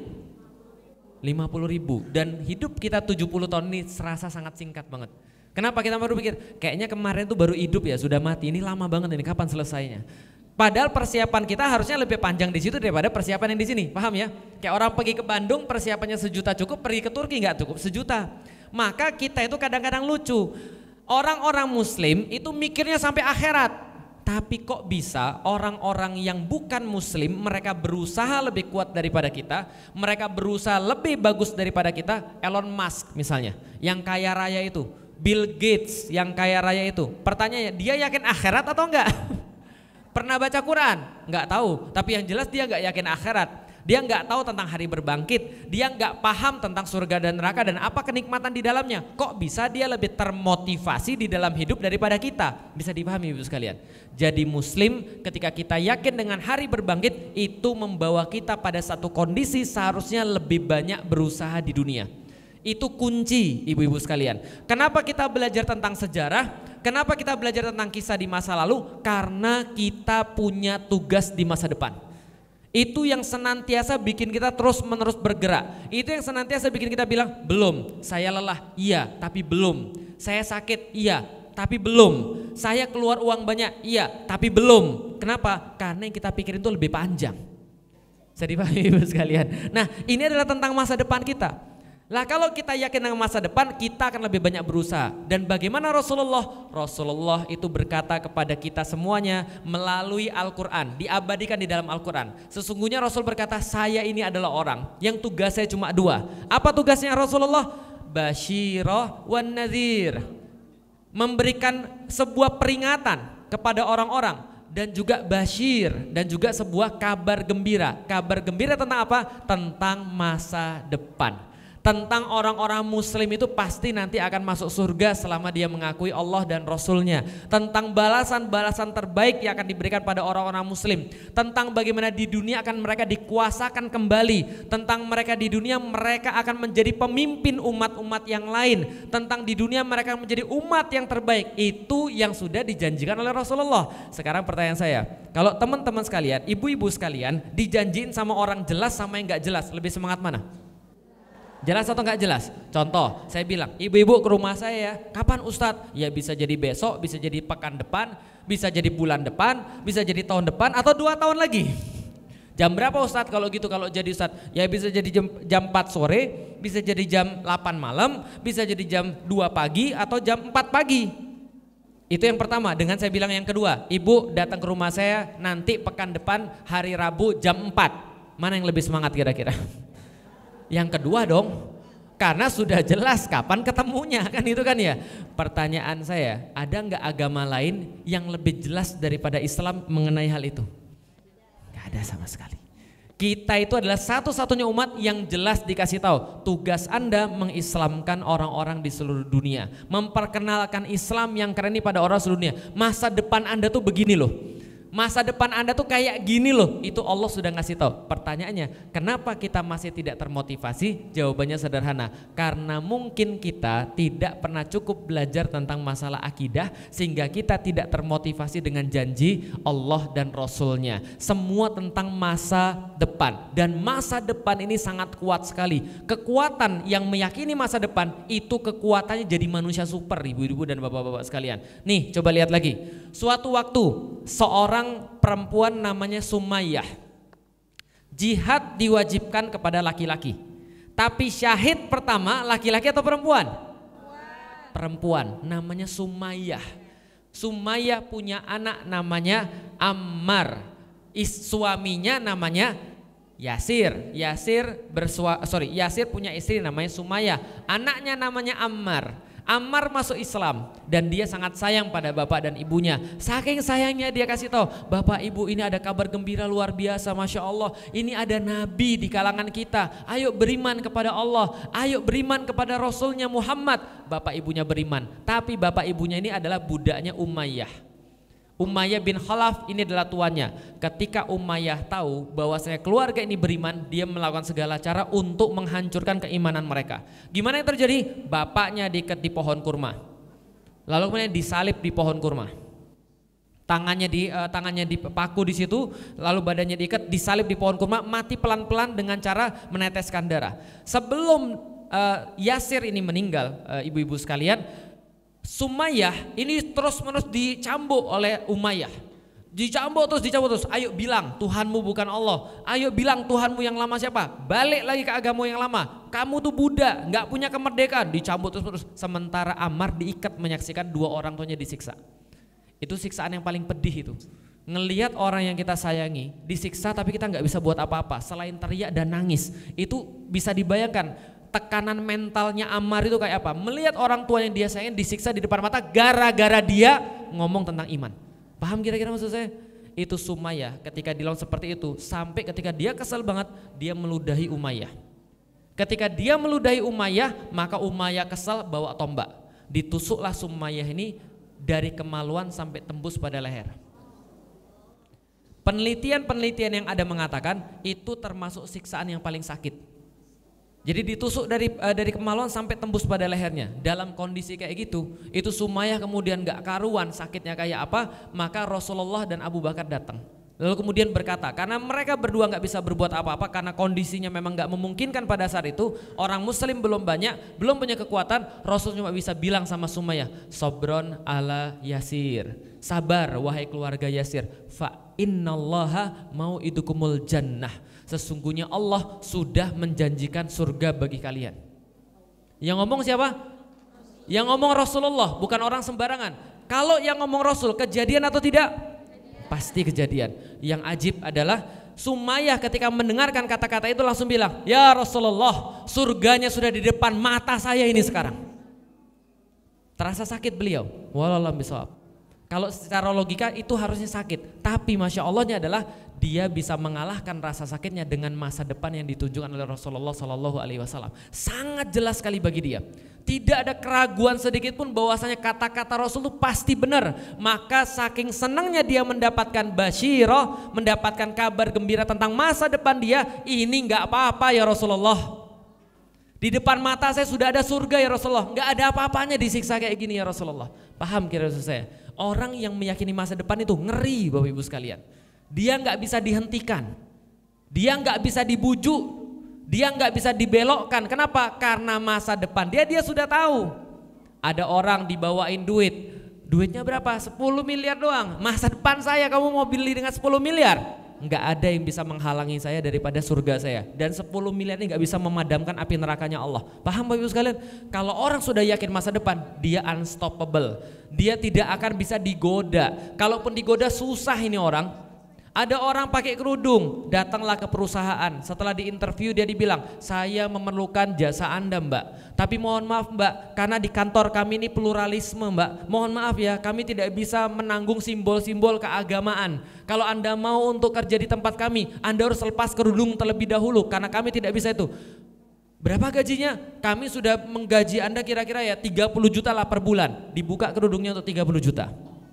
Speaker 1: 50.000. Dan hidup kita 70 tahun ini serasa sangat singkat banget. Kenapa kita baru pikir, kayaknya kemarin tuh baru hidup ya, sudah mati, ini lama banget ini, kapan selesainya? Padahal persiapan kita harusnya lebih panjang di situ daripada persiapan yang di sini, paham ya? Kayak orang pergi ke Bandung persiapannya 1 juta cukup, pergi ke Turki nggak cukup 1 juta. Maka kita itu kadang-kadang lucu, orang-orang muslim itu mikirnya sampai akhirat. Tapi kok bisa orang-orang yang bukan muslim mereka berusaha lebih kuat daripada kita, mereka berusaha lebih bagus daripada kita. Elon Musk misalnya, yang kaya raya itu, Bill Gates yang kaya raya itu, pertanyaannya dia yakin akhirat atau enggak? Pernah baca Quran? Enggak tahu, tapi yang jelas dia enggak yakin akhirat. Dia enggak tahu tentang hari berbangkit, dia enggak paham tentang surga dan neraka dan apa kenikmatan di dalamnya. Kok bisa dia lebih termotivasi di dalam hidup daripada kita? Bisa dipahami ibu sekalian. Jadi muslim ketika kita yakin dengan hari berbangkit, itu membawa kita pada satu kondisi seharusnya lebih banyak berusaha di dunia. Itu kunci ibu-ibu sekalian. Kenapa kita belajar tentang sejarah? Kenapa kita belajar tentang kisah di masa lalu? Karena kita punya tugas di masa depan. Itu yang senantiasa bikin kita terus menerus bergerak. Itu yang senantiasa bikin kita bilang, belum, saya lelah, iya tapi belum. Saya sakit, iya tapi belum. Saya keluar uang banyak, iya tapi belum. Kenapa? Karena yang kita pikirin itu lebih panjang. Bisa dipahami ibu sekalian. Nah ini adalah tentang masa depan kita. Lah kalau kita yakin dengan masa depan, kita akan lebih banyak berusaha. Dan bagaimana Rasulullah? Rasulullah itu berkata kepada kita semuanya melalui Al-Quran, diabadikan di dalam Al-Quran. Sesungguhnya Rasul berkata, saya ini adalah orang yang tugasnya cuma 2. Apa tugasnya Rasulullah? Basyirah wan nadhir. Memberikan sebuah peringatan kepada orang-orang dan juga basyir, dan juga sebuah kabar gembira. Kabar gembira tentang apa? Tentang masa depan. Tentang orang-orang muslim itu pasti nanti akan masuk surga selama dia mengakui Allah dan Rasulnya. Tentang balasan-balasan terbaik yang akan diberikan pada orang-orang muslim. Tentang bagaimana di dunia akan mereka dikuasakan kembali. Tentang mereka di dunia mereka akan menjadi pemimpin umat-umat yang lain. Tentang di dunia mereka akan menjadi umat yang terbaik. Itu yang sudah dijanjikan oleh Rasulullah. Sekarang pertanyaan saya, kalau teman-teman sekalian, ibu-ibu sekalian dijanjiin sama orang jelas sama yang gak jelas, lebih semangat mana? Jelas atau enggak jelas? Contoh, saya bilang, ibu-ibu ke rumah saya ya, kapan Ustadz? Ya bisa jadi besok, bisa jadi pekan depan, bisa jadi bulan depan, bisa jadi tahun depan, atau 2 tahun lagi. Jam berapa Ustadz kalau gitu, kalau jadi Ustadz? Ya bisa jadi jam 4 sore, bisa jadi jam 8 malam, bisa jadi jam 2 pagi, atau jam 4 pagi. Itu yang pertama. Dengan saya bilang yang kedua, ibu datang ke rumah saya nanti pekan depan hari Rabu jam 4. Mana yang lebih semangat kira-kira? Yang kedua dong, karena sudah jelas kapan ketemunya, kan itu kan ya. Pertanyaan saya, ada nggak agama lain yang lebih jelas daripada Islam mengenai hal itu? Nggak ada sama sekali. Kita itu adalah satu-satunya umat yang jelas dikasih tahu, tugas Anda mengislamkan orang-orang di seluruh dunia, memperkenalkan Islam yang keren ini pada orang seluruh dunia. Masa depan Anda tuh begini loh. Masa depan Anda tuh kayak gini loh, itu Allah sudah ngasih tahu. Pertanyaannya, kenapa kita masih tidak termotivasi? Jawabannya sederhana, karena mungkin kita tidak pernah cukup belajar tentang masalah akidah sehingga kita tidak termotivasi dengan janji Allah dan Rasulnya. Semua tentang masa depan, dan masa depan ini sangat kuat sekali. Kekuatan yang meyakini masa depan itu kekuatannya jadi manusia super, ibu-ibu dan bapak-bapak sekalian. Nih coba lihat lagi, suatu waktu seorang perempuan namanya Sumayyah, jihad diwajibkan kepada laki-laki, tapi syahid pertama laki-laki atau perempuan? Perempuan, namanya Sumayyah. Sumayyah punya anak namanya Ammar, suaminya namanya Yasir. Yasir punya istri namanya Sumayyah, anaknya namanya Ammar. Ammar masuk Islam dan dia sangat sayang pada bapak dan ibunya. Saking sayangnya dia kasih tahu, bapak ibu ini ada kabar gembira luar biasa, Masya Allah. Ini ada nabi di kalangan kita. Ayo beriman kepada Allah, ayo beriman kepada Rasulnya Muhammad. Bapak ibunya beriman, tapi bapak ibunya ini adalah budaknya Umayyah. Umayyah bin Khalaf ini adalah tuannya. Ketika Umayyah tahu bahwasanya keluarga ini beriman, dia melakukan segala cara untuk menghancurkan keimanan mereka. Gimana yang terjadi? Bapaknya diikat di pohon kurma, lalu kemudian disalib di pohon kurma. Tangannya dipaku di situ, lalu badannya diikat, disalib di pohon kurma, mati pelan-pelan dengan cara meneteskan darah. Sebelum Yasir ini meninggal, ibu-ibu sekalian, Sumayyah ini terus-menerus dicambuk oleh Umayyah. Dicambuk terus. Ayo bilang Tuhanmu bukan Allah. Ayo bilang Tuhanmu yang lama siapa? Balik lagi ke agama yang lama. Kamu tuh Buddha, nggak punya kemerdekaan. Dicambuk terus. Sementara Ammar diikat menyaksikan 2 orang tuanya disiksa. Itu siksaan yang paling pedih itu. Ngelihat orang yang kita sayangi disiksa tapi kita nggak bisa buat apa-apa selain teriak dan nangis. Itu bisa dibayangkan tekanan mentalnya Ammar itu kayak apa? Melihat orang tua yang dia sayang disiksa di depan mata gara-gara dia ngomong tentang iman. Paham kira-kira maksud saya? Itu Sumayyah ketika dilawan seperti itu, sampai ketika dia kesal banget dia meludahi Umayyah. Ketika dia meludahi Umayyah, maka Umayyah kesal bawa tombak. Ditusuklah Sumayyah ini dari kemaluan sampai tembus pada leher. Penelitian yang ada mengatakan itu termasuk siksaan yang paling sakit. Jadi ditusuk dari kemaluan sampai tembus pada lehernya. Dalam kondisi kayak gitu, itu Sumayyah kemudian gak karuan sakitnya kayak apa, maka Rasulullah dan Abu Bakar datang. Lalu kemudian berkata, karena mereka berdua gak bisa berbuat apa-apa karena kondisinya memang gak memungkinkan pada saat itu, orang muslim belum banyak, belum punya kekuatan, Rasul cuma bisa bilang sama Sumayyah, Sobron ala Yasir, sabar wahai keluarga Yasir, fa innallaha mau'idukumul jannah, sesungguhnya Allah sudah menjanjikan surga bagi kalian. Yang ngomong siapa? Yang ngomong Rasulullah, bukan orang sembarangan. Kalau yang ngomong Rasul, kejadian atau tidak? Pasti kejadian. Yang ajib adalah Sumayyah ketika mendengarkan kata-kata itu langsung bilang, ya Rasulullah, surganya sudah di depan mata saya ini sekarang. Terasa sakit beliau. Wallahualam bishawab. Kalau secara logika itu harusnya sakit, tapi Masya Allahnya adalah dia bisa mengalahkan rasa sakitnya dengan masa depan yang ditunjukkan oleh Rasulullah SAW. Sangat jelas sekali bagi dia. Tidak ada keraguan sedikit pun bahwasanya kata-kata Rasul itu pasti benar. Maka saking senangnya dia mendapatkan basyirah, mendapatkan kabar gembira tentang masa depan dia, ini nggak apa-apa ya Rasulullah. Di depan mata saya sudah ada surga ya Rasulullah, nggak ada apa-apanya disiksa kayak gini ya Rasulullah. Paham kira-kira saya? Orang yang meyakini masa depan itu ngeri Bapak Ibu sekalian. Dia nggak bisa dihentikan, dia nggak bisa dibujuk, dia nggak bisa dibelokkan. Kenapa? Karena masa depan dia sudah tahu. Ada orang dibawain duitnya berapa? 10 miliar doang. Masa depan saya kamu mau beli dengan 10 miliar? Nggak ada yang bisa menghalangi saya daripada surga saya. Dan 10 miliar ini nggak bisa memadamkan api nerakanya Allah. Paham Bapak Ibu sekalian? Kalau orang sudah yakin masa depan, dia unstoppable. Dia tidak akan bisa digoda. Kalaupun digoda susah ini orang. Ada orang pakai kerudung, datanglah ke perusahaan. Setelah diinterview dia dibilang, saya memerlukan jasa Anda Mbak. Tapi mohon maaf Mbak, karena di kantor kami ini pluralisme Mbak. Mohon maaf ya, kami tidak bisa menanggung simbol-simbol keagamaan. Kalau Anda mau untuk kerja di tempat kami, Anda harus lepas kerudung terlebih dahulu, karena kami tidak bisa itu. Berapa gajinya? Kami sudah menggaji Anda kira-kira ya 30 juta lah per bulan. Dibuka kerudungnya untuk 30 juta.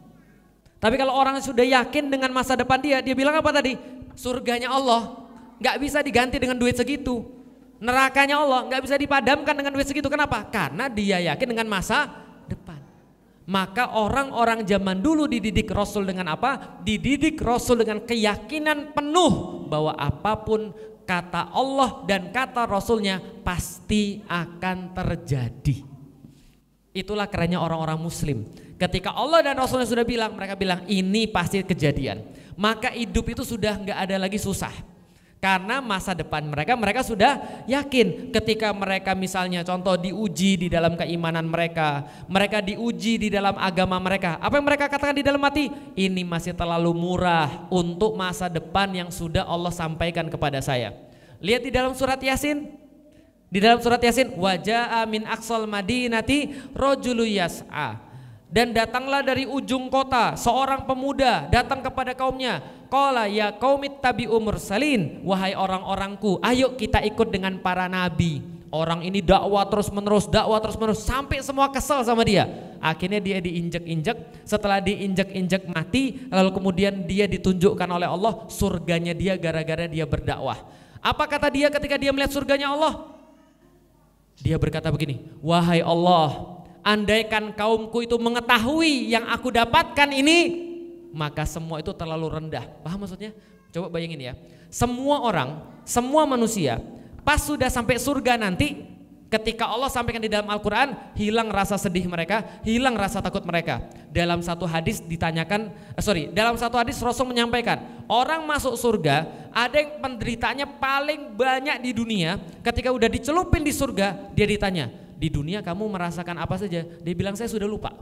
Speaker 1: Tapi kalau orang sudah yakin dengan masa depan dia bilang apa tadi? Surganya Allah nggak bisa diganti dengan duit segitu. Nerakanya Allah nggak bisa dipadamkan dengan duit segitu. Kenapa? Karena dia yakin dengan masa depan. Maka orang-orang zaman dulu dididik Rasul dengan apa? Dididik Rasul dengan keyakinan penuh bahwa apapun kata Allah dan kata Rasulnya pasti akan terjadi. Itulah kerennya orang-orang Muslim. Ketika Allah dan Rasulnya sudah bilang, mereka bilang ini pasti kejadian. Maka hidup itu sudah nggak ada lagi susah. Karena masa depan mereka sudah yakin. Ketika mereka misalnya contoh diuji di dalam keimanan mereka diuji di dalam agama mereka. Apa yang mereka katakan di dalam hati? Ini masih terlalu murah untuk masa depan yang sudah Allah sampaikan kepada saya. Lihat di dalam surat Yasin. Di dalam surat Yasin, waja'a min aqsal madinati rajulu yas'a. Dan datanglah dari ujung kota seorang pemuda datang kepada kaumnya. Qala ya qaumit tabi'u mursalin, wahai orang-orangku, ayo kita ikut dengan para nabi. Orang ini dakwah terus menerus sampai semua kesel sama dia. Akhirnya dia diinjek-injek, setelah diinjek-injek mati, lalu kemudian dia ditunjukkan oleh Allah surganya dia gara-gara dia berdakwah. Apa kata dia ketika dia melihat surganya Allah? Dia berkata begini, wahai Allah, andaikan kaumku itu mengetahui yang aku dapatkan ini, maka semua itu terlalu rendah. Paham maksudnya? Coba bayangin ya, semua orang, semua manusia pas sudah sampai surga nanti, ketika Allah sampaikan di dalam Al-Quran, hilang rasa sedih mereka, hilang rasa takut mereka. Dalam satu hadis dalam satu hadis Rasul menyampaikan, orang masuk surga ada yang penderitaannya paling banyak di dunia. Ketika udah dicelupin di surga, dia ditanya, di dunia kamu merasakan apa saja? Dia bilang saya sudah lupa.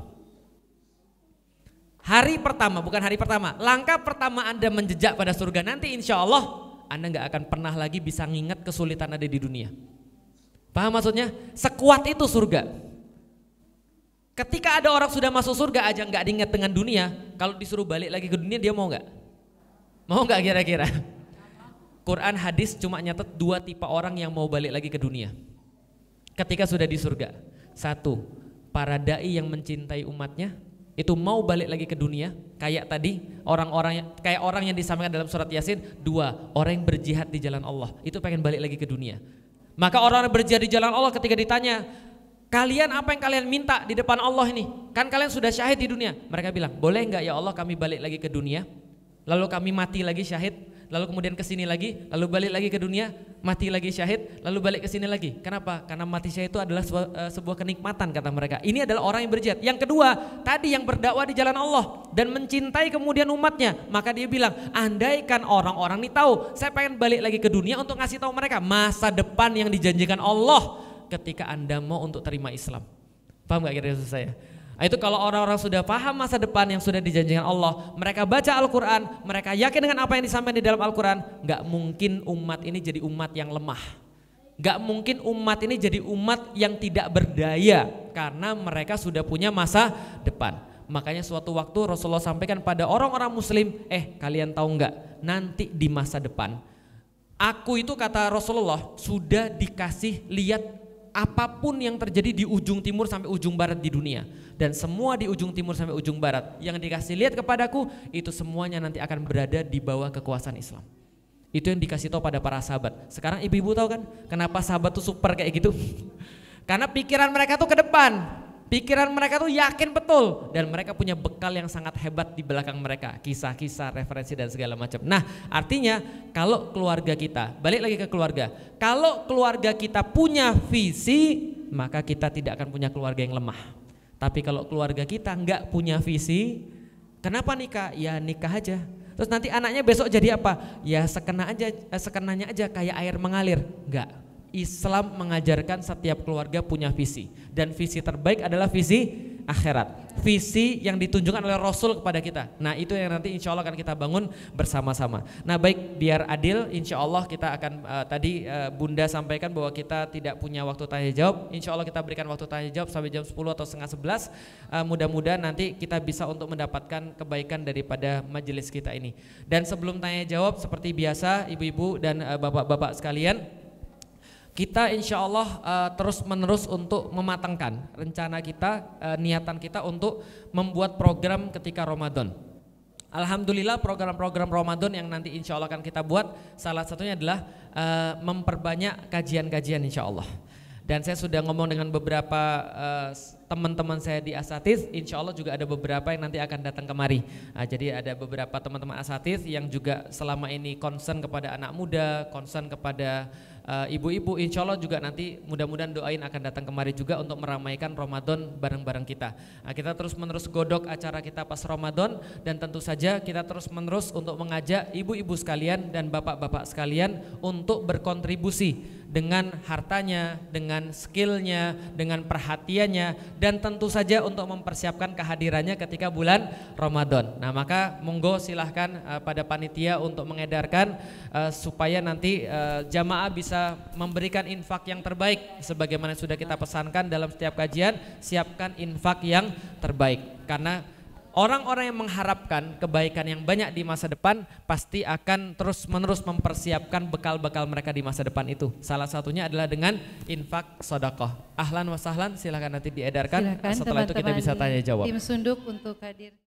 Speaker 1: Langkah pertama Anda menjejak pada surga nanti, insya Allah Anda nggak akan pernah lagi bisa nginget kesulitan ada di dunia. Paham maksudnya? Sekuat itu surga. Ketika ada orang sudah masuk surga aja nggak diingat dengan dunia, kalau disuruh balik lagi ke dunia dia mau nggak? Mau nggak kira-kira? Quran hadis cuma nyatet 2 tipe orang yang mau balik lagi ke dunia ketika sudah di surga. 1, para dai yang mencintai umatnya itu mau balik lagi ke dunia kayak tadi orang yang disampaikan dalam surat Yasin. 2, orang yang berjihad di jalan Allah itu pengen balik lagi ke dunia. Maka orang yang berjihad di jalan Allah ketika ditanya, kalian apa yang kalian minta di depan Allah ini? Kan kalian sudah syahid di dunia. Mereka bilang, boleh nggak ya Allah kami balik lagi ke dunia, lalu kami mati lagi syahid, lalu kemudian kesini lagi, lalu balik lagi ke dunia, mati lagi syahid, lalu balik ke sini lagi. Kenapa? Karena mati syahid itu adalah sebuah kenikmatan kata mereka. Ini adalah orang yang berjihad. Yang kedua, tadi yang berdakwah di jalan Allah dan mencintai kemudian umatnya. Maka dia bilang, andaikan orang-orang ini tahu, saya pengen balik lagi ke dunia untuk ngasih tahu mereka masa depan yang dijanjikan Allah ketika Anda mau untuk terima Islam. Paham gak kira-kira saya? Itu kalau orang-orang sudah paham masa depan yang sudah dijanjikan Allah, mereka baca Al-Quran, mereka yakin dengan apa yang disampaikan di dalam Al-Quran, gak mungkin umat ini jadi umat yang lemah, gak mungkin umat ini jadi umat yang tidak berdaya, karena mereka sudah punya masa depan. Makanya suatu waktu Rasulullah sampaikan pada orang-orang muslim, kalian tahu nggak, nanti di masa depan aku itu, kata Rasulullah, sudah dikasih lihat apapun yang terjadi di ujung timur sampai ujung barat di dunia, dan semua di ujung timur sampai ujung barat yang dikasih lihat kepadaku itu semuanya nanti akan berada di bawah kekuasaan Islam. Itu yang dikasih tahu pada para sahabat. Sekarang ibu-ibu tahu kan kenapa sahabat tuh super kayak gitu? Karena pikiran mereka tuh ke depan, pikiran mereka tuh yakin betul, dan mereka punya bekal yang sangat hebat di belakang mereka, kisah-kisah, referensi dan segala macam. Nah, artinya kalau keluarga kita, balik lagi ke keluarga, kalau keluarga kita punya visi, maka kita tidak akan punya keluarga yang lemah. Tapi kalau keluarga kita nggak punya visi, kenapa nikah? Ya nikah aja. Terus nanti anaknya besok jadi apa? Ya sekenanya aja kayak air mengalir. Enggak. Islam mengajarkan setiap keluarga punya visi, dan visi terbaik adalah visi akhirat, visi yang ditunjukkan oleh Rasul kepada kita. Nah, itu yang nanti insya Allah akan kita bangun bersama-sama. Nah, baik, biar adil, insya Allah kita akan tadi Bunda sampaikan bahwa kita tidak punya waktu tanya jawab. Insya Allah kita berikan waktu tanya jawab sampai jam 10 atau setengah 11. Mudah-mudahan nanti kita bisa untuk mendapatkan kebaikan daripada majelis kita ini. Dan sebelum tanya jawab, seperti biasa ibu-ibu dan bapak-bapak sekalian, kita insya Allah terus menerus untuk mematangkan rencana kita, niatan kita untuk membuat program ketika Ramadan. Alhamdulillah program-program Ramadan yang nanti insya Allah akan kita buat, salah satunya adalah memperbanyak kajian-kajian insya Allah. Dan saya sudah ngomong dengan beberapa teman-teman saya di Asatiz, insya Allah juga ada beberapa yang nanti akan datang kemari. Jadi ada beberapa teman-teman Asatiz yang juga selama ini concern kepada anak muda, concern kepada ibu-ibu, insya Allah juga nanti mudah-mudahan doain akan datang kemari juga untuk meramaikan Ramadan bareng-bareng kita. Kita terus menerus godok acara kita pas Ramadan, dan tentu saja kita terus menerus untuk mengajak ibu-ibu sekalian dan bapak-bapak sekalian untuk berkontribusi dengan hartanya, dengan skillnya, dengan perhatiannya, dan tentu saja untuk mempersiapkan kehadirannya ketika bulan Ramadan. Nah, maka monggo silahkan pada panitia untuk mengedarkan supaya nanti jamaah bisa memberikan infak yang terbaik sebagaimana sudah kita pesankan dalam setiap kajian. Siapkan infak yang terbaik, karena orang-orang yang mengharapkan kebaikan yang banyak di masa depan pasti akan terus-menerus mempersiapkan bekal-bekal mereka di masa depan itu. Salah satunya adalah dengan infak sedekah. Ahlan wa sahlan, silakan nanti diedarkan. Silakan, setelah itu kita bisa tanya jawab.
Speaker 2: Tim Sunduk untuk hadir.